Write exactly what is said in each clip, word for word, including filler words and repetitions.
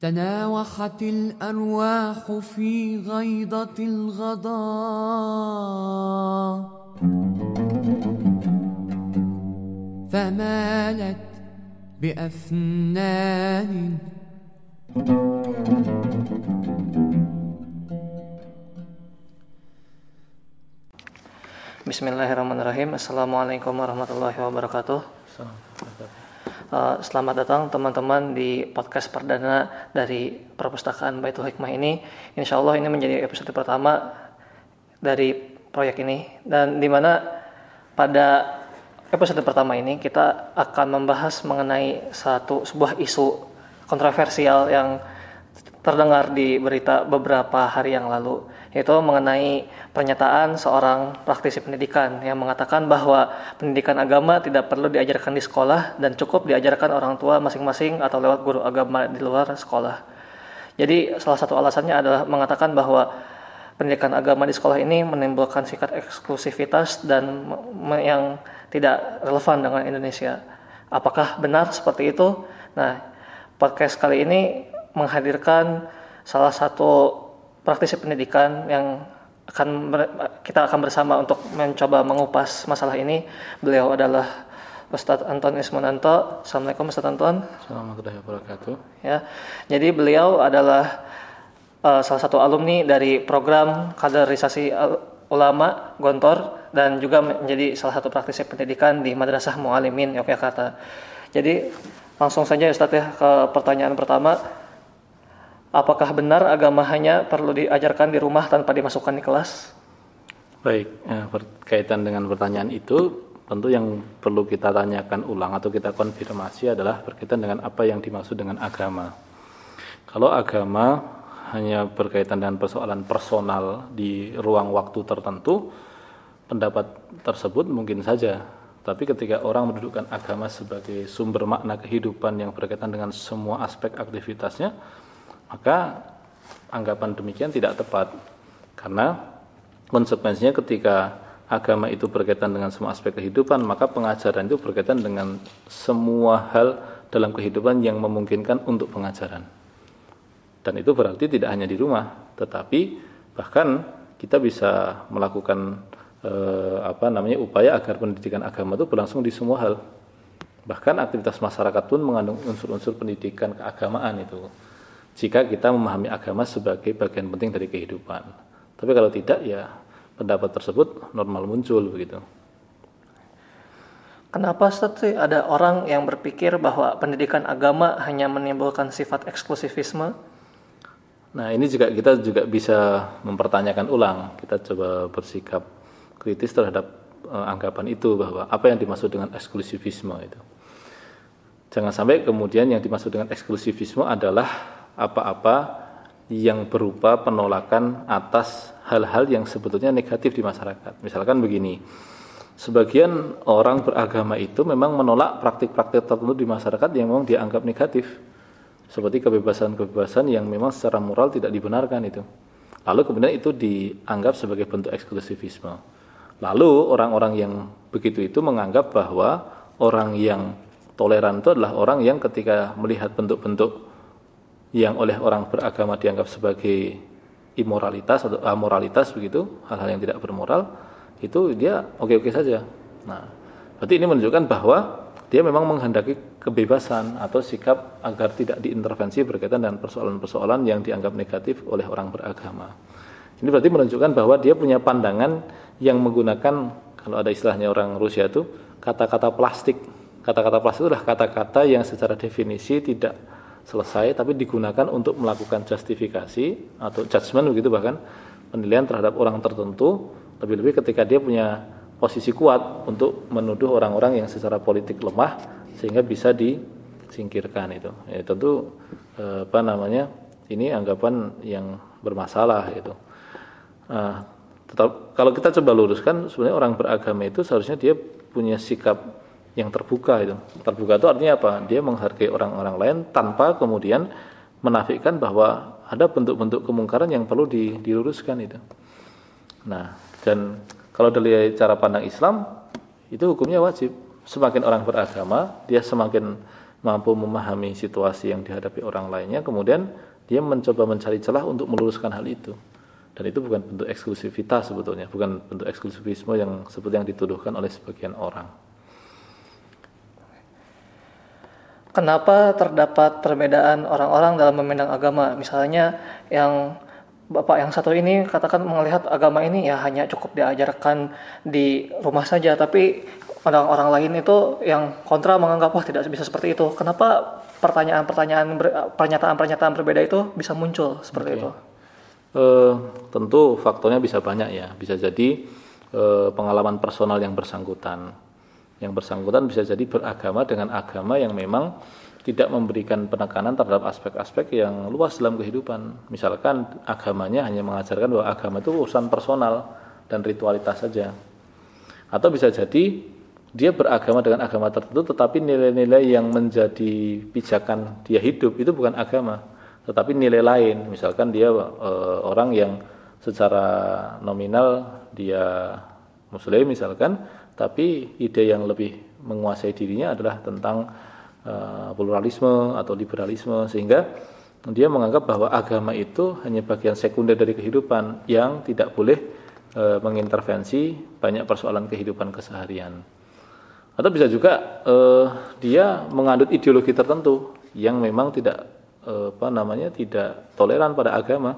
تناوحت الأرواح في غيضة الغضاء فمالت بأفنان Bismillahirrahmanirrahim. Assalamualaikum warahmatullahi wabarakatuh. Uh, selamat datang teman-teman di podcast perdana dari Perpustakaan Baitul Hikmah ini. Insya Allah ini menjadi episode pertama dari proyek ini, dan di mana pada episode pertama ini kita akan membahas mengenai satu sebuah isu kontroversial yang terdengar di berita beberapa hari yang lalu, yaitu mengenai pernyataan seorang praktisi pendidikan yang mengatakan bahwa pendidikan agama tidak perlu diajarkan di sekolah dan cukup diajarkan orang tua masing-masing atau lewat guru agama di luar sekolah. Jadi salah satu alasannya adalah mengatakan bahwa pendidikan agama di sekolah ini menimbulkan sikap eksklusivitas dan yang tidak relevan dengan Indonesia. Apakah benar seperti itu? Nah, podcast kali ini menghadirkan salah satu praktisi pendidikan yang akan kita akan bersama untuk mencoba mengupas masalah ini. Beliau adalah Ustadz Anton Ismunanto. Assalamualaikum Ustadz Anton. Assalamualaikum warahmatullahi wabarakatuh. Ya, jadi beliau adalah uh, salah satu alumni dari program kaderisasi ulama Gontor dan juga menjadi salah satu praktisi pendidikan di Madrasah Muallimin Yogyakarta. Jadi langsung saja Ustadz ya ke pertanyaan pertama. Apakah benar agama hanya perlu diajarkan di rumah tanpa dimasukkan di kelas? Baik, eh, berkaitan dengan pertanyaan itu, tentu yang perlu kita tanyakan ulang atau kita konfirmasi adalah berkaitan dengan apa yang dimaksud dengan agama. Kalau agama hanya berkaitan dengan persoalan personal di ruang waktu tertentu, pendapat tersebut mungkin saja. Tapi ketika orang mendudukkan agama sebagai sumber makna kehidupan yang berkaitan dengan semua aspek aktivitasnya, maka anggapan demikian tidak tepat, karena konsekuensinya ketika agama itu berkaitan dengan semua aspek kehidupan, maka pengajaran itu berkaitan dengan semua hal dalam kehidupan yang memungkinkan untuk pengajaran. Dan itu berarti tidak hanya di rumah, tetapi bahkan kita bisa melakukan eh, apa namanya upaya agar pendidikan agama itu berlangsung di semua hal. Bahkan aktivitas masyarakat pun mengandung unsur-unsur pendidikan keagamaan itu, jika kita memahami agama sebagai bagian penting dari kehidupan. Tapi kalau tidak, ya pendapat tersebut normal muncul begitu. Kenapa Ustaz sih ada orang yang berpikir bahwa pendidikan agama hanya menimbulkan sifat eksklusivisme? Nah, ini juga kita juga bisa mempertanyakan ulang. Kita coba bersikap kritis terhadap uh, anggapan itu, bahwa apa yang dimaksud dengan eksklusivisme itu. Jangan sampai kemudian yang dimaksud dengan eksklusivisme adalah apa-apa yang berupa penolakan atas hal-hal yang sebetulnya negatif di masyarakat. Misalkan begini, sebagian orang beragama itu memang menolak praktik-praktik tertentu di masyarakat yang memang dianggap negatif, seperti kebebasan-kebebasan yang memang secara moral tidak dibenarkan itu. Lalu kemudian itu dianggap sebagai bentuk eksklusivisme. Lalu orang-orang yang begitu itu menganggap bahwa orang yang toleran itu adalah orang yang ketika melihat bentuk-bentuk yang oleh orang beragama dianggap sebagai imoralitas atau amoralitas begitu, hal-hal yang tidak bermoral, itu dia oke-oke saja. Nah, berarti ini menunjukkan bahwa dia memang menghendaki kebebasan atau sikap agar tidak diintervensi berkaitan dengan persoalan-persoalan yang dianggap negatif oleh orang beragama. Ini berarti menunjukkan bahwa dia punya pandangan yang menggunakan, kalau ada istilahnya orang Rusia itu, kata-kata plastik. Kata-kata plastik itu adalah kata-kata yang secara definisi tidak selesai, tapi digunakan untuk melakukan justifikasi atau judgement begitu, bahkan penilaian terhadap orang tertentu, lebih-lebih ketika dia punya posisi kuat untuk menuduh orang-orang yang secara politik lemah sehingga bisa disingkirkan itu. Ya, tentu eh, apa namanya ini anggapan yang bermasalah itu. Nah, tetap kalau kita coba luruskan, sebenarnya orang beragama itu seharusnya dia punya sikap yang terbuka itu. Terbuka itu artinya apa? Dia menghargai orang-orang lain tanpa kemudian menafikan bahwa ada bentuk-bentuk kemungkaran yang perlu diluruskan itu. Nah, dan kalau dari cara pandang Islam, itu hukumnya wajib. Semakin orang beragama, dia semakin mampu memahami situasi yang dihadapi orang lainnya, kemudian dia mencoba mencari celah untuk meluruskan hal itu. Dan itu bukan bentuk eksklusivitas sebetulnya, bukan bentuk eksklusivisme yang seperti yang dituduhkan oleh sebagian orang. Kenapa terdapat perbedaan orang-orang dalam memandang agama? Misalnya yang Bapak yang satu ini katakan melihat agama ini ya hanya cukup diajarkan di rumah saja, tapi orang-orang lain itu yang kontra menganggap wah tidak bisa seperti itu. Kenapa pertanyaan-pertanyaan pernyataan-pernyataan berbeda itu bisa muncul seperti okay. itu? Uh, tentu faktornya bisa banyak ya. Bisa jadi uh, pengalaman personal yang bersangkutan. Yang bersangkutan bisa jadi beragama dengan agama yang memang tidak memberikan penekanan terhadap aspek-aspek yang luas dalam kehidupan. Misalkan agamanya hanya mengajarkan bahwa agama itu urusan personal dan ritualitas saja. Atau bisa jadi dia beragama dengan agama tertentu, tetapi nilai-nilai yang menjadi pijakan dia hidup itu bukan agama, tetapi nilai lain. Misalkan dia e, orang yang secara nominal dia Muslim misalkan, tapi ide yang lebih menguasai dirinya adalah tentang uh, pluralisme atau liberalisme, sehingga dia menganggap bahwa agama itu hanya bagian sekunder dari kehidupan yang tidak boleh uh, mengintervensi banyak persoalan kehidupan keseharian. Atau bisa juga uh, dia mengandut ideologi tertentu yang memang tidak uh, apa namanya tidak toleran pada agama.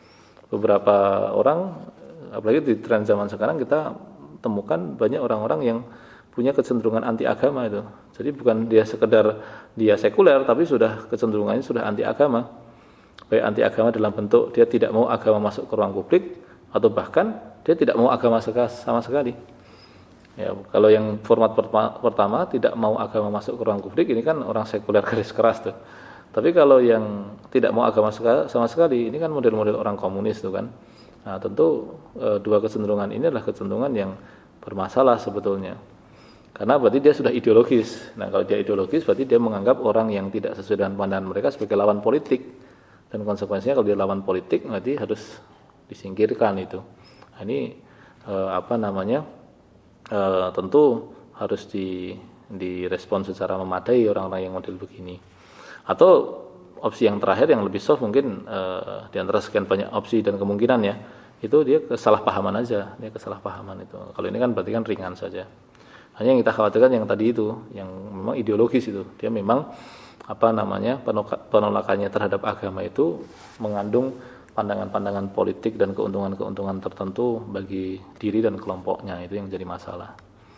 Beberapa orang, apalagi di tren zaman sekarang, kita temukan banyak orang-orang yang punya kecenderungan anti agama itu. Jadi bukan dia sekedar dia sekuler, tapi sudah kecenderungannya sudah anti agama. Baik anti agama dalam bentuk dia tidak mau agama masuk ke ruang publik, atau bahkan dia tidak mau agama sama sekali. Ya, kalau yang format pertama tidak mau agama masuk ke ruang publik, ini kan orang sekuler garis keras tuh. Tapi kalau yang tidak mau agama sama sekali, ini kan model-model orang komunis tuh kan. Nah, tentu e, dua kecenderungan ini adalah kecenderungan yang bermasalah sebetulnya. Karena berarti dia sudah ideologis. Nah, kalau dia ideologis berarti dia menganggap orang yang tidak sesuai dengan pandangan mereka sebagai lawan politik. Dan konsekuensinya kalau dia lawan politik berarti harus disingkirkan itu. Nah, ini e, apa namanya? E, tentu harus di direspon secara memadai orang-orang yang model begini. Atau opsi yang terakhir yang lebih soft mungkin uh, di antara sekian banyak opsi dan kemungkinan ya, itu dia kesalahpahaman aja, dia kesalahpahaman itu. Kalau ini kan berarti kan ringan saja. Hanya yang kita khawatirkan yang tadi itu, yang memang ideologis itu, dia memang apa namanya penolakannya terhadap agama itu mengandung pandangan-pandangan politik dan keuntungan-keuntungan tertentu bagi diri dan kelompoknya, itu yang jadi masalah.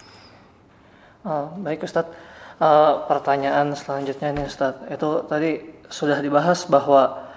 Oh, baik Ustadz. Uh, pertanyaan selanjutnya nih Ustadz, itu tadi sudah dibahas bahwa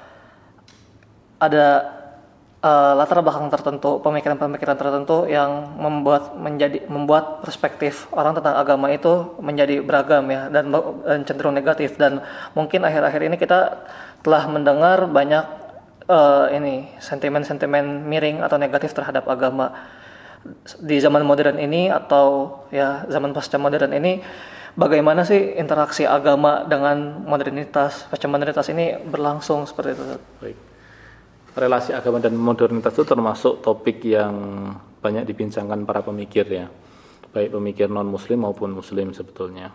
ada uh, latar belakang tertentu, pemikiran-pemikiran tertentu yang membuat menjadi membuat perspektif orang tentang agama itu menjadi beragam ya, dan, dan cenderung negatif. Dan mungkin akhir-akhir ini kita telah mendengar banyak uh, ini sentimen-sentimen miring atau negatif terhadap agama di zaman modern ini atau ya zaman pasca modern ini. Bagaimana sih interaksi agama dengan modernitas, pasca modernitas ini berlangsung seperti itu? Baik. Relasi agama dan modernitas itu termasuk topik yang banyak dibincangkan para pemikir ya, baik pemikir non muslim maupun muslim sebetulnya.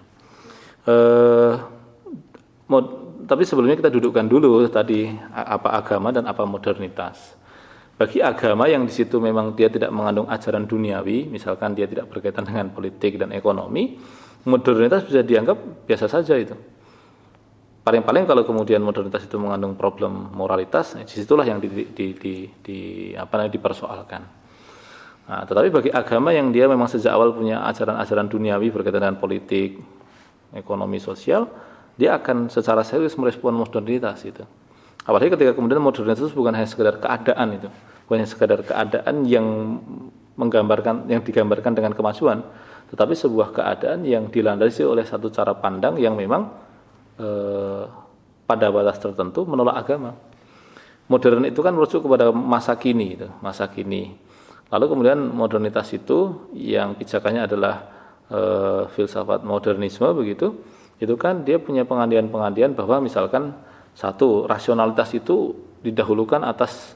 Eh, mod, tapi sebelumnya kita dudukkan dulu tadi apa agama dan apa modernitas. Bagi agama yang di situ memang dia tidak mengandung ajaran duniawi, misalkan dia tidak berkaitan dengan politik dan ekonomi, modernitas bisa dianggap biasa saja itu. Paling-paling kalau kemudian modernitas itu mengandung problem moralitas, disitulah yang di, di, di, di, apa namanya, dipersoalkan. Nah, tetapi bagi agama yang dia memang sejak awal punya ajaran-ajaran duniawi berkaitan dengan politik, ekonomi, sosial, dia akan secara serius merespon modernitas itu. Apalagi ketika kemudian modernitas itu bukan hanya sekedar keadaan itu, bukan hanya sekedar keadaan yang menggambarkan, yang digambarkan dengan kemajuan, tetapi sebuah keadaan yang dilandasi oleh satu cara pandang yang memang eh, pada batas tertentu menolak agama. Modern itu kan merujuk kepada masa kini, itu, masa kini. Lalu kemudian modernitas itu yang pijakannya adalah eh, filsafat modernisme begitu, itu kan dia punya pengandian-pengandian bahwa misalkan satu, rasionalitas itu didahulukan atas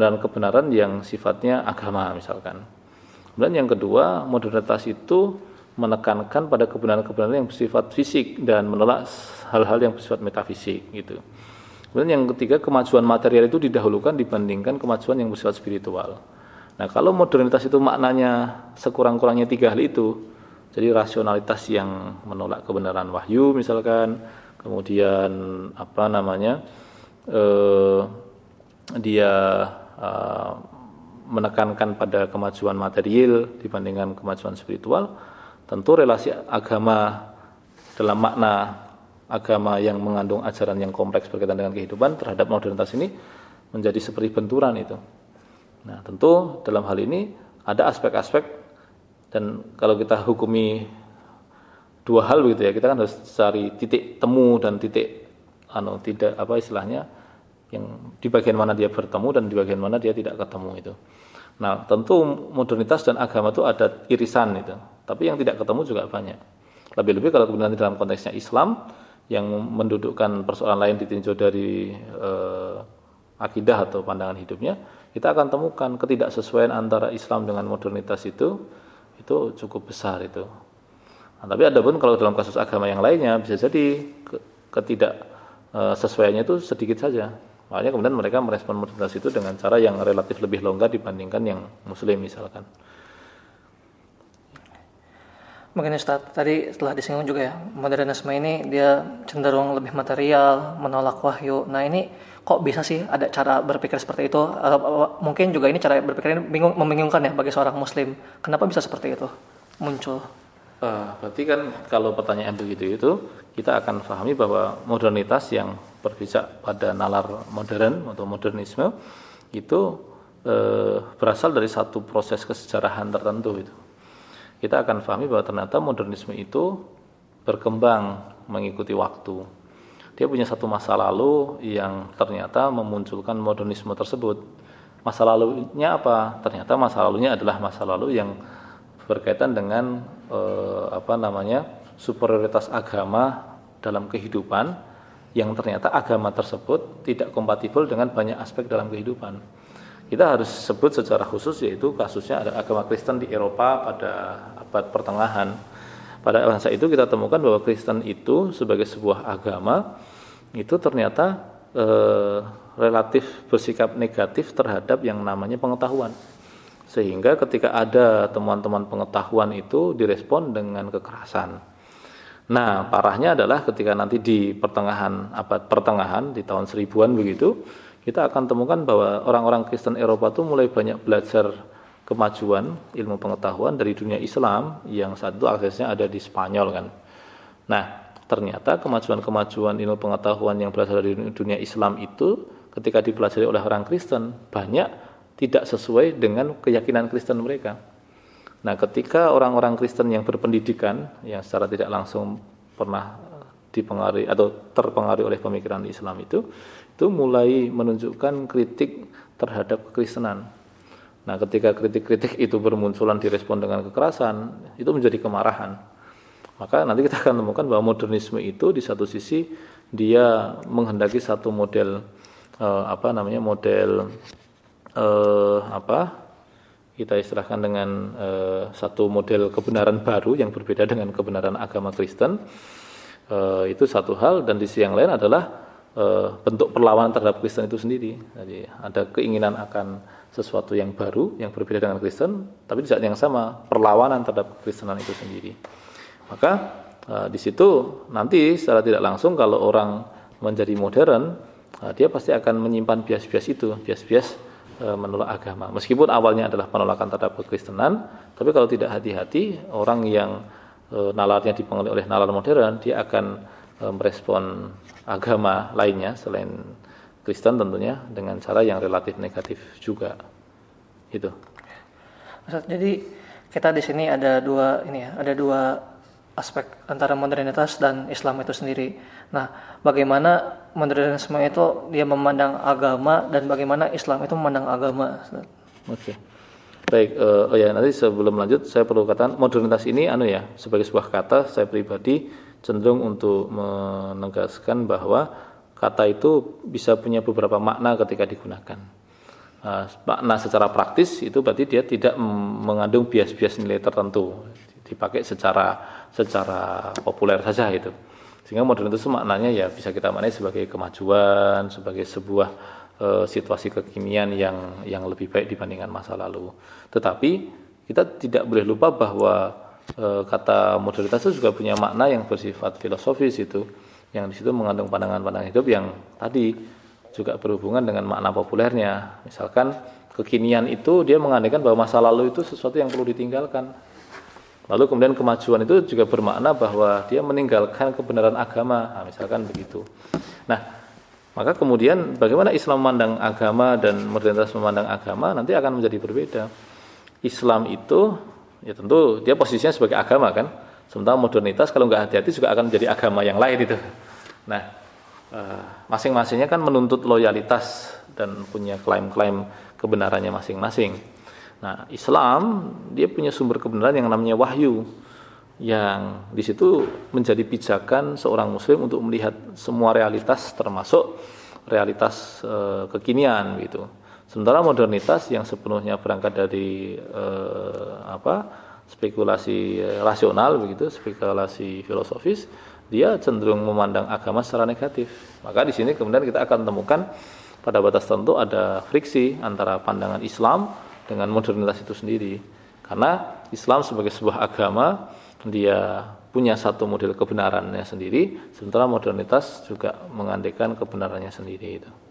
kebenaran-kebenaran yang sifatnya agama misalkan. Kemudian yang kedua, modernitas itu menekankan pada kebenaran-kebenaran yang bersifat fisik dan menolak hal-hal yang bersifat metafisik gitu. Kemudian yang ketiga, kemajuan material itu didahulukan dibandingkan kemajuan yang bersifat spiritual. Nah, kalau modernitas itu maknanya sekurang-kurangnya tiga hal itu, jadi rasionalitas yang menolak kebenaran wahyu misalkan, kemudian apa namanya eh, dia eh, menekankan pada kemajuan material dibandingkan kemajuan spiritual, tentu relasi agama dalam makna agama yang mengandung ajaran yang kompleks berkaitan dengan kehidupan terhadap modernitas ini menjadi seperti benturan itu. Nah, tentu dalam hal ini ada aspek-aspek, dan kalau kita hukumi dua hal begitu ya, kita kan harus cari titik temu dan titik anu tidak apa istilahnya yang di bagian mana dia bertemu dan di bagian mana dia tidak ketemu itu. Nah, tentu modernitas dan agama itu ada irisan itu, tapi yang tidak ketemu juga banyak. Lebih-lebih kalau kemudian dalam konteksnya Islam yang mendudukkan persoalan lain ditinjau dari eh, akidah atau pandangan hidupnya, kita akan temukan ketidaksesuaian antara Islam dengan modernitas itu itu cukup besar itu. Nah, tapi adapun kalau dalam kasus agama yang lainnya bisa jadi ketidaksesuaiannya itu sedikit saja. Makanya kemudian mereka merespon modernitas itu dengan cara yang relatif lebih longgar dibandingkan yang muslim misalkan. Mungkin Ustaz, tadi setelah disinggung juga ya, modernisme ini dia cenderung lebih material, menolak wahyu. Nah ini kok bisa sih ada cara berpikir seperti itu? Atau mungkin juga ini cara berpikir ini bingung, membingungkan ya bagi seorang muslim. Kenapa bisa seperti itu muncul? Uh, berarti kan kalau pertanyaan begitu itu, kita akan pahami bahwa modernitas yang berpijak pada nalar modern atau modernisme itu uh, berasal dari satu proses kesejarahan tertentu itu. Kita akan pahami bahwa ternyata modernisme itu berkembang mengikuti waktu. Dia punya satu masa lalu yang ternyata memunculkan modernisme tersebut. Masa lalunya apa? Ternyata masa lalunya adalah masa lalu yang berkaitan dengan eh, apa namanya superioritas agama dalam kehidupan, yang ternyata agama tersebut tidak kompatibel dengan banyak aspek dalam kehidupan. Kita harus sebut secara khusus, yaitu kasusnya ada agama Kristen di Eropa pada abad pertengahan. Pada masa itu kita temukan bahwa Kristen itu sebagai sebuah agama itu ternyata eh, relatif bersikap negatif terhadap yang namanya pengetahuan. Sehingga ketika ada temuan-temuan pengetahuan itu direspon dengan kekerasan. Nah, parahnya adalah ketika nanti di pertengahan abad pertengahan di tahun seribuan begitu, kita akan temukan bahwa orang-orang Kristen Eropa itu mulai banyak belajar kemajuan ilmu pengetahuan dari dunia Islam yang saat itu aksesnya ada di Spanyol kan. Nah, ternyata kemajuan-kemajuan ilmu pengetahuan yang berasal dari dunia Islam itu ketika dipelajari oleh orang Kristen banyak tidak sesuai dengan keyakinan Kristen mereka. Nah, ketika orang-orang Kristen yang berpendidikan, yang secara tidak langsung pernah dipengaruhi atau terpengaruhi oleh pemikiran Islam itu, itu mulai menunjukkan kritik terhadap kekristenan. Nah, ketika kritik-kritik itu bermunculan direspon dengan kekerasan, itu menjadi kemarahan. Maka nanti kita akan temukan bahwa modernisme itu di satu sisi dia menghendaki satu model eh, apa namanya model Eh, apa kita istilahkan dengan eh, satu model kebenaran baru yang berbeda dengan kebenaran agama Kristen. Eh, itu satu hal, dan di sisi yang lain adalah eh, bentuk perlawanan terhadap Kristen itu sendiri. Jadi ada keinginan akan sesuatu yang baru yang berbeda dengan Kristen, tapi di saat yang sama perlawanan terhadap Kristenan itu sendiri. Maka eh, di situ nanti secara tidak langsung kalau orang menjadi modern, eh, dia pasti akan menyimpan bias-bias itu, bias-bias menolak agama. Meskipun awalnya adalah penolakan terhadap kekristenan, tapi kalau tidak hati-hati, orang yang e, nalarnya dipengaruhi oleh nalar modern, dia akan e, merespon agama lainnya selain Kristen tentunya dengan cara yang relatif negatif juga. Itu. Jadi kita di sini ada dua ini ya, ada dua aspek antara modernitas dan Islam itu sendiri. Nah, bagaimana modernisme itu dia memandang agama dan bagaimana Islam itu memandang agama? Oke. Okay. Baik, uh, oh ya nanti sebelum lanjut saya perlu katakan modernitas ini anu ya, sebagai sebuah kata saya pribadi cenderung untuk menegaskan bahwa kata itu bisa punya beberapa makna ketika digunakan. Uh, makna secara praktis itu berarti dia tidak mengandung bias-bias nilai tertentu. dipakai secara secara populer saja itu. Sehingga modernitas itu maknanya ya bisa kita maknai sebagai kemajuan, sebagai sebuah e, situasi kekinian yang yang lebih baik dibandingkan masa lalu. Tetapi kita tidak boleh lupa bahwa e, kata modernitas itu juga punya makna yang bersifat filosofis itu, yang di situ mengandung pandangan-pandangan hidup yang tadi juga berhubungan dengan makna populernya. Misalkan kekinian itu dia mengandaikan bahwa masa lalu itu sesuatu yang perlu ditinggalkan. Lalu kemudian kemajuan itu juga bermakna bahwa dia meninggalkan kebenaran agama, nah, misalkan begitu. Nah, maka kemudian bagaimana Islam memandang agama dan modernitas memandang agama nanti akan menjadi berbeda. Islam itu ya tentu dia posisinya sebagai agama kan, sementara modernitas kalau nggak hati-hati juga akan menjadi agama yang lain itu. Nah, eh, masing-masingnya kan menuntut loyalitas dan punya klaim-klaim kebenarannya masing-masing. Nah, Islam dia punya sumber kebenaran yang namanya wahyu, yang di situ menjadi pijakan seorang muslim untuk melihat semua realitas termasuk realitas e, kekinian gitu. Sementara modernitas yang sepenuhnya berangkat dari e, apa? spekulasi rasional begitu, spekulasi filosofis, dia cenderung memandang agama secara negatif. Maka di sini kemudian kita akan temukan pada batas tertentu ada friksi antara pandangan Islam dengan modernitas itu sendiri, karena Islam sebagai sebuah agama dia punya satu model kebenarannya sendiri, sementara modernitas juga mengandaikan kebenarannya sendiri itu.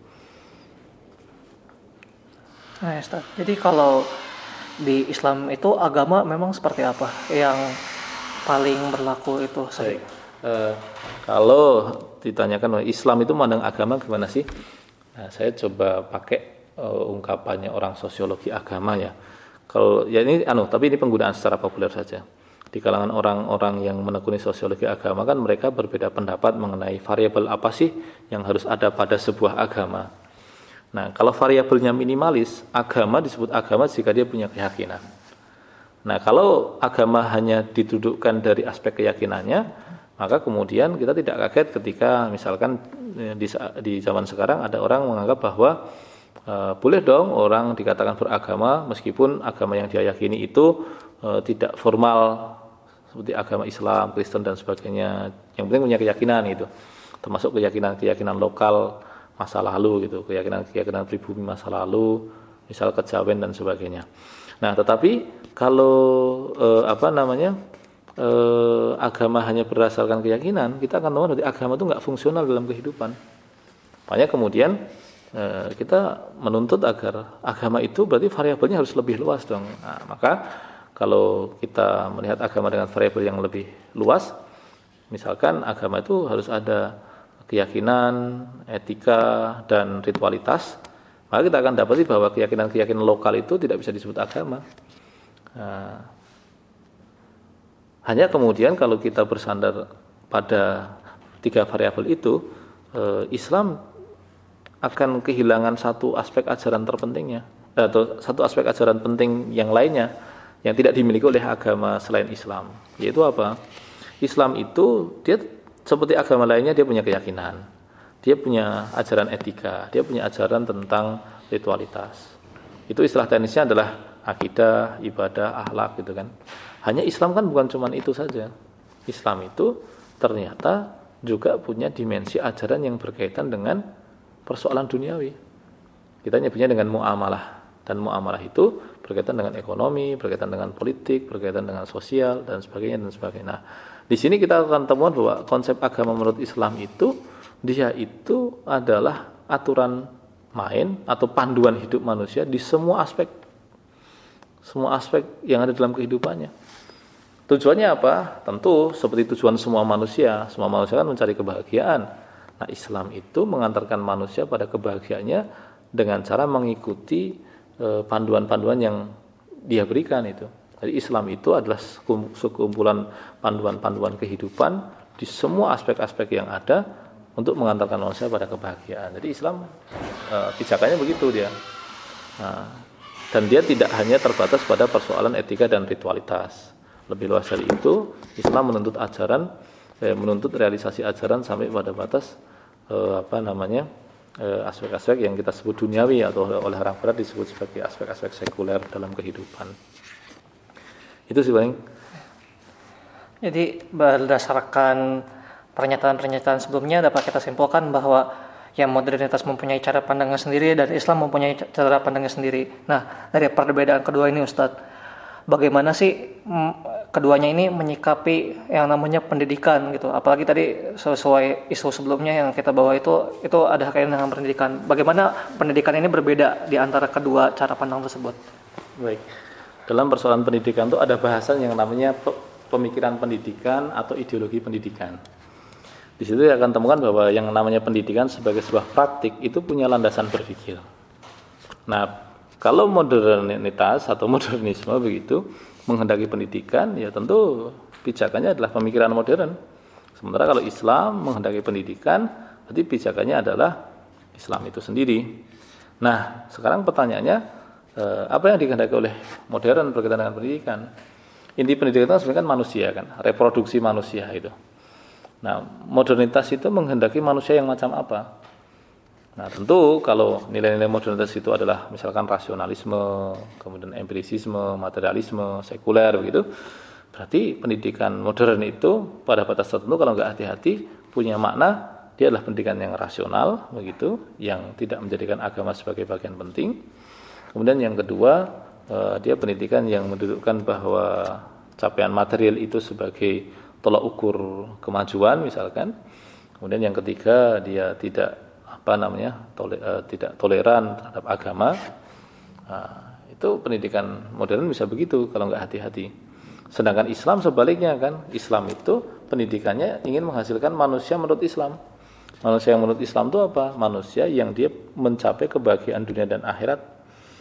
Nah, Ustaz, jadi kalau di Islam itu agama memang seperti apa yang paling berlaku itu? Baik. Uh, kalau ditanyakan Islam itu memandang agama gimana sih? Nah, saya coba pakai Uh, ungkapannya orang sosiologi agama ya. Kalau ya ini anu, tapi ini penggunaan secara populer saja. Di kalangan orang-orang yang menekuni sosiologi agama kan mereka berbeda pendapat mengenai variabel apa sih yang harus ada pada sebuah agama. Nah, kalau variabelnya minimalis, agama disebut agama jika dia punya keyakinan. Nah, kalau agama hanya didudukkan dari aspek keyakinannya, maka kemudian kita tidak kaget ketika misalkan di, di zaman sekarang ada orang menganggap bahwa Uh, boleh dong orang dikatakan beragama meskipun agama yang dia yakini itu uh, tidak formal seperti agama Islam, Kristen dan sebagainya. Yang penting punya keyakinan itu, termasuk keyakinan-keyakinan lokal masa lalu gitu, keyakinan-keyakinan pribumi masa lalu, misal kejawen dan sebagainya. Nah, tetapi kalau uh, apa namanya uh, agama hanya berdasarkan keyakinan, kita akan tahu bahwa agama itu nggak fungsional dalam kehidupan. Makanya kemudian kita menuntut agar agama itu berarti variabelnya harus lebih luas dong. Nah, maka kalau kita melihat agama dengan variabel yang lebih luas, misalkan agama itu harus ada keyakinan, etika, dan ritualitas, maka kita akan dapati bahwa keyakinan-keyakinan lokal itu tidak bisa disebut agama. Nah, hanya kemudian kalau kita bersandar pada tiga variabel itu, Islam akan kehilangan satu aspek ajaran terpentingnya, atau satu aspek ajaran penting yang lainnya yang tidak dimiliki oleh agama selain Islam. Yaitu apa? Islam itu dia seperti agama lainnya, dia punya keyakinan, dia punya ajaran etika, dia punya ajaran tentang ritualitas. Itu istilah teknisnya adalah akidah, ibadah, akhlak gitu kan. Hanya Islam kan bukan cuma itu saja. Islam itu ternyata juga punya dimensi ajaran yang berkaitan dengan persoalan duniawi. Kita nyebutnya dengan muamalah, dan muamalah itu berkaitan dengan ekonomi, berkaitan dengan politik, berkaitan dengan sosial dan sebagainya dan sebagainya. Nah, di sini kita akan temukan bahwa konsep agama menurut Islam itu dia itu adalah aturan main atau panduan hidup manusia di semua aspek, semua aspek yang ada dalam kehidupannya. Tujuannya apa? Tentu seperti tujuan semua manusia. Semua manusia kan mencari kebahagiaan. Nah, Islam itu mengantarkan manusia pada kebahagiaannya dengan cara mengikuti e, panduan-panduan yang dia berikan itu. Jadi Islam itu adalah sekumpulan panduan-panduan kehidupan di semua aspek-aspek yang ada untuk mengantarkan manusia pada kebahagiaan. Jadi Islam e, pijakannya begitu dia. Nah, dan dia tidak hanya terbatas pada persoalan etika dan ritualitas. Lebih luas dari itu, Islam menuntut ajaran, eh, menuntut realisasi ajaran sampai pada batas eh, apa namanya eh, aspek-aspek yang kita sebut duniawi atau oleh orang Barat disebut sebagai aspek-aspek sekuler dalam kehidupan. Itu sih paling. Jadi berdasarkan pernyataan-pernyataan sebelumnya dapat kita simpulkan bahwa yang modernitas mempunyai cara pandangnya sendiri dan Islam mempunyai cara pandangnya sendiri. Nah, dari perbedaan kedua ini Ustadz, bagaimana sih keduanya ini menyikapi yang namanya pendidikan gitu? Apalagi tadi sesuai isu sebelumnya yang kita bawa itu itu ada kaitan dengan pendidikan. Bagaimana pendidikan ini berbeda di antara kedua cara pandang tersebut? Baik. Dalam persoalan pendidikan itu ada bahasan yang namanya pemikiran pendidikan atau ideologi pendidikan. Di situ akan temukan bahwa yang namanya pendidikan sebagai sebuah praktik itu punya landasan berpikir. Nah, kalau modernitas atau modernisme begitu menghendaki pendidikan, ya tentu pijakannya adalah pemikiran modern. Sementara kalau Islam menghendaki pendidikan, berarti pijakannya adalah Islam itu sendiri. Nah, sekarang pertanyaannya, eh, apa yang dikehendaki oleh modern berkaitan dengan pendidikan? Inti pendidikan itu sebenarnya kan manusia kan, reproduksi manusia itu. Nah, modernitas itu menghendaki manusia yang macam apa? Nah, tentu kalau nilai-nilai modernitas itu adalah misalkan rasionalisme, kemudian empirisisme, materialisme, sekuler begitu, berarti pendidikan modern itu pada batas tertentu kalau nggak hati-hati punya makna dia adalah pendidikan yang rasional begitu, yang tidak menjadikan agama sebagai bagian penting. Kemudian yang kedua, dia pendidikan yang mendudukkan bahwa capaian material itu sebagai tolak ukur kemajuan misalkan. Kemudian yang ketiga, dia tidak apa namanya tole, uh, tidak toleran terhadap agama. Nah, itu pendidikan modern bisa begitu kalau nggak hati-hati. Sedangkan Islam sebaliknya kan, Islam itu pendidikannya ingin menghasilkan manusia menurut Islam. Manusia yang menurut Islam itu apa? Manusia yang dia mencapai kebahagiaan dunia dan akhirat.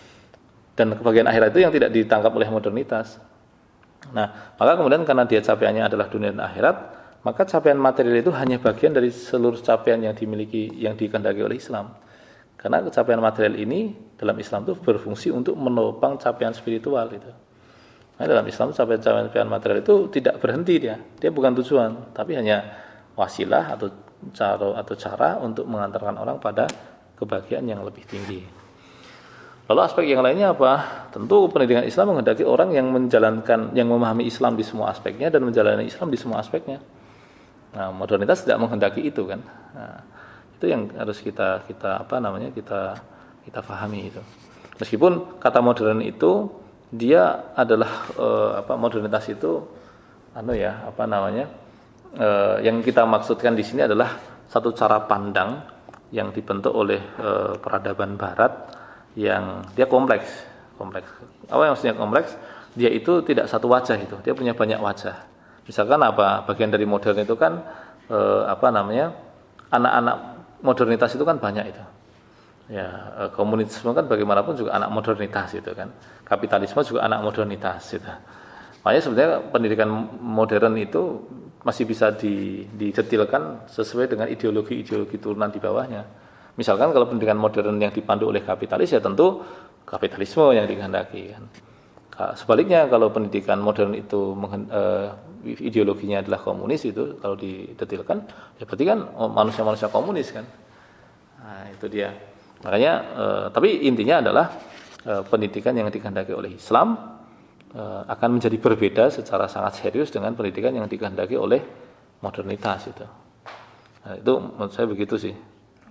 Dan kebahagiaan akhirat itu yang tidak ditangkap oleh modernitas. Nah, maka kemudian karena dia capaiannya adalah dunia dan akhirat, maka capaian material itu hanya bagian dari seluruh capaian yang dimiliki, yang dikehendaki oleh Islam. Karena capaian material ini dalam Islam itu berfungsi untuk menopang capaian spiritual itu. Nah, dalam Islam capaian-capaian material itu tidak berhenti dia, dia bukan tujuan, tapi hanya wasilah atau cara atau cara untuk mengantarkan orang pada kebahagiaan yang lebih tinggi. Lalu aspek yang lainnya apa? Tentu pendidikan Islam menghendaki orang yang menjalankan, yang memahami Islam di semua aspeknya dan menjalani Islam di semua aspeknya. Nah, modernitas tidak menghendaki itu kan. Nah, itu yang harus kita kita apa namanya kita kita pahami itu. Meskipun kata modern itu dia adalah eh, apa modernitas itu, anu ya apa namanya eh, yang kita maksudkan di sini adalah satu cara pandang yang dibentuk oleh eh, peradaban Barat. Yang dia kompleks, kompleks. Apa yang maksudnya kompleks? Dia itu tidak satu wajah itu, dia punya banyak wajah. Misalkan apa? Bagian dari modern itu kan eh, apa namanya? Anak-anak modernitas itu kan banyak itu. Ya, eh, komunisme kan bagaimanapun juga anak modernitas itu kan. Kapitalisme juga anak modernitas itu. Makanya sebenarnya pendidikan modern itu masih bisa didetilkan sesuai dengan ideologi-ideologi turunan di bawahnya. Misalkan kalau pendidikan modern yang dipandu oleh kapitalis ya tentu kapitalisme yang dikehendaki kan. Sebaliknya kalau pendidikan modern itu uh, ideologinya adalah komunis itu kalau didetilkan ya berarti kan oh, manusia-manusia komunis kan. Nah, itu dia. Makanya uh, tapi intinya adalah uh, pendidikan yang dikehendaki oleh Islam uh, akan menjadi berbeda secara sangat serius dengan pendidikan yang dikehendaki oleh modernitas itu. Nah, itu menurut saya begitu sih.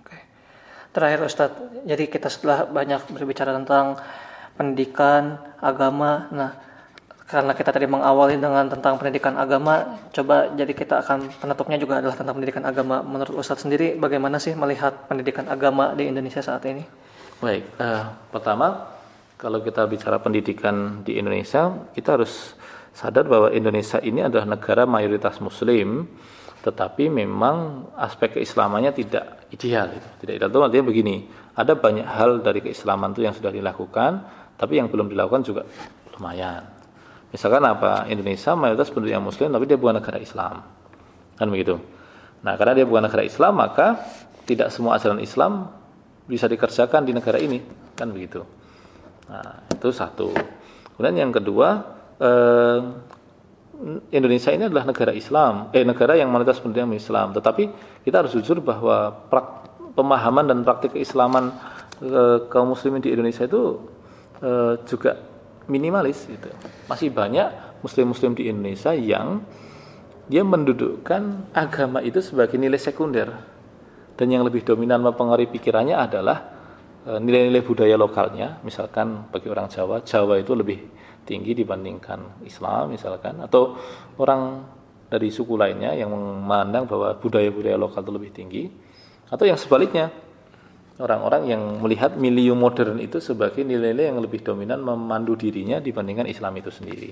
Terakhir Ustadz, jadi kita setelah banyak berbicara tentang pendidikan, agama, nah karena kita tadi mengawali dengan tentang pendidikan agama, coba jadi kita akan penutupnya juga adalah tentang pendidikan agama. Menurut Ustadz sendiri, bagaimana sih melihat pendidikan agama di Indonesia saat ini? Baik, uh, pertama kalau kita bicara pendidikan di Indonesia, kita harus sadar bahwa Indonesia ini adalah negara mayoritas Muslim. Tetapi memang aspek keislamannya tidak ideal itu. Tidak ideal itu artinya begini, ada banyak hal dari keislaman itu yang sudah dilakukan, tapi yang belum dilakukan juga lumayan. Misalkan apa? Indonesia mayoritas penduduknya Muslim, tapi dia bukan negara Islam. Kan begitu. Nah, karena dia bukan negara Islam, maka tidak semua ajaran Islam bisa dikerjakan di negara ini. Kan begitu. Nah, itu satu. Kemudian yang kedua, eh, Indonesia ini adalah negara Islam, eh negara yang mayoritas penduduknya Islam. Tetapi kita harus jujur bahwa prak, pemahaman dan praktik keislaman e, kaum muslimin di Indonesia itu e, juga minimalis. Gitu. Masih banyak muslim-muslim di Indonesia yang dia mendudukkan agama itu sebagai nilai sekunder, dan yang lebih dominan mempengaruhi pikirannya adalah e, nilai-nilai budaya lokalnya. Misalkan bagi orang Jawa, Jawa itu lebih tinggi dibandingkan Islam misalkan, atau orang dari suku lainnya yang memandang bahwa budaya-budaya lokal itu lebih tinggi, atau yang sebaliknya, orang-orang yang melihat milieu modern itu sebagai nilai-nilai yang lebih dominan memandu dirinya dibandingkan Islam itu sendiri.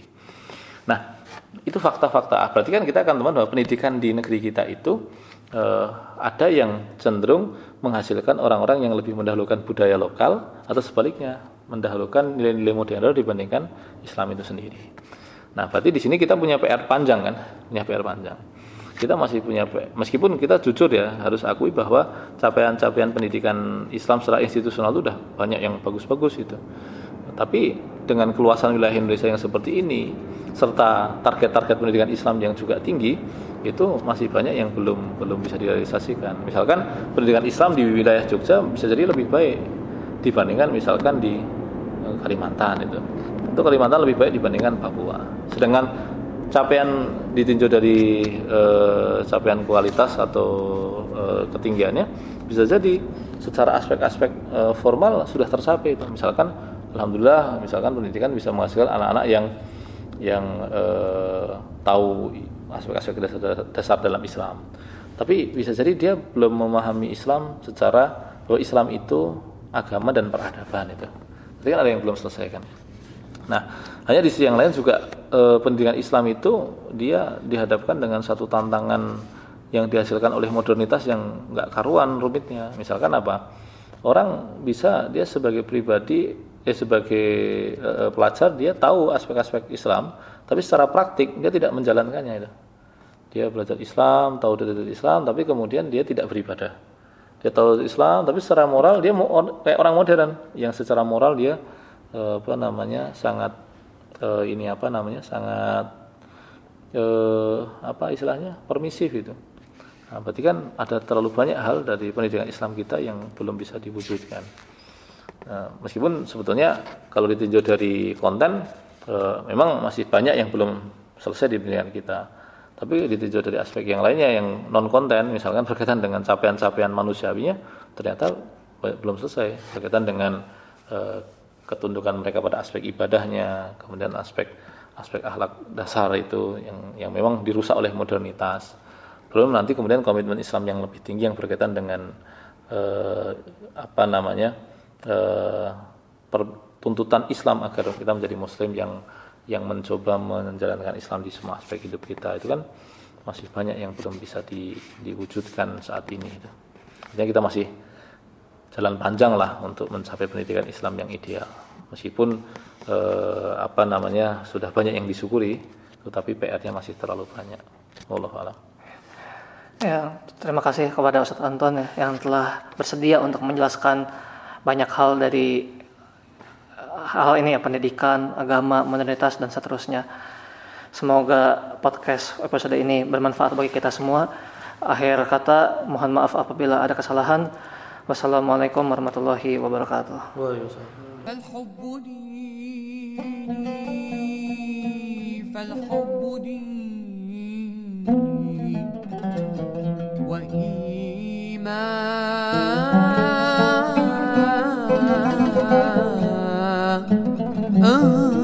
Nah, itu fakta-fakta. Berarti kan kita akan teman bahwa pendidikan di negeri kita itu eh, ada yang cenderung menghasilkan orang-orang yang lebih mendahulukan budaya lokal, atau sebaliknya mendahulukan nilai-nilai modern dibandingkan Islam itu sendiri. Nah, berarti di sini kita punya P R panjang kan, punya P R panjang. Kita masih punya, meskipun kita jujur ya harus akui bahwa capaian-capaian pendidikan Islam secara institusional itu udah banyak yang bagus-bagus itu. Tapi dengan keluasan wilayah Indonesia yang seperti ini, serta target-target pendidikan Islam yang juga tinggi, itu masih banyak yang belum belum bisa direalisasikan. Misalkan pendidikan Islam di wilayah Jogja bisa jadi lebih baik dibandingkan misalkan di Kalimantan itu. Itu Kalimantan lebih baik dibandingkan Papua. Sedangkan capaian ditinjau dari eh, capaian kualitas atau eh, ketinggiannya bisa jadi secara aspek-aspek eh, formal sudah tercapai itu. Misalkan alhamdulillah misalkan pendidikan bisa menghasilkan anak-anak yang yang eh, tahu aspek-aspek dasar, dasar dalam Islam. Tapi bisa jadi dia belum memahami Islam secara bahwa Islam itu agama dan peradaban itu. Berarti kan ada yang belum selesai kan. Nah, hanya di sisi yang lain juga e, pendidikan Islam itu dia dihadapkan dengan satu tantangan yang dihasilkan oleh modernitas yang nggak karuan rumitnya. Misalkan apa? Orang bisa dia sebagai pribadi, eh, sebagai e, pelajar dia tahu aspek-aspek Islam, tapi secara praktik dia tidak menjalankannya itu. Dia belajar Islam, tahu detail Islam, tapi kemudian dia tidak beribadah. Dia tahu Islam, tapi secara moral dia mau kayak orang modern yang secara moral dia eh, apa namanya sangat eh, ini apa namanya sangat eh, apa istilahnya permisif itu. Nah, berarti kan ada terlalu banyak hal dari pendidikan Islam kita yang belum bisa diwujudkan. Nah, meskipun sebetulnya kalau ditinjau dari konten eh, memang masih banyak yang belum selesai di pendidikan kita. Tapi ditinjau dari aspek yang lainnya yang non konten, misalkan berkaitan dengan capaian-capaian manusiawinya, ternyata belum selesai. Berkaitan dengan e, ketundukan mereka pada aspek ibadahnya, kemudian aspek aspek akhlak dasar itu yang yang memang dirusak oleh modernitas. Belum nanti kemudian komitmen Islam yang lebih tinggi yang berkaitan dengan e, apa namanya e, tuntutan Islam agar kita menjadi Muslim yang yang mencoba menjalankan Islam di semua aspek hidup kita, itu kan masih banyak yang belum bisa di, diwujudkan saat ini. Artinya kita masih jalan panjang lah untuk mencapai pendidikan Islam yang ideal. Meskipun eh, apa namanya sudah banyak yang disyukuri, tetapi P R-nya masih terlalu banyak. Wallahu a'lam. Ya, terima kasih kepada Ustadz Anton ya, yang telah bersedia untuk menjelaskan banyak hal dari hal ini ya, pendidikan, agama, modernitas dan seterusnya. Semoga podcast episode ini bermanfaat bagi kita semua. Akhir kata, mohon maaf apabila ada kesalahan. Wassalamualaikum warahmatullahi wabarakatuh. Ah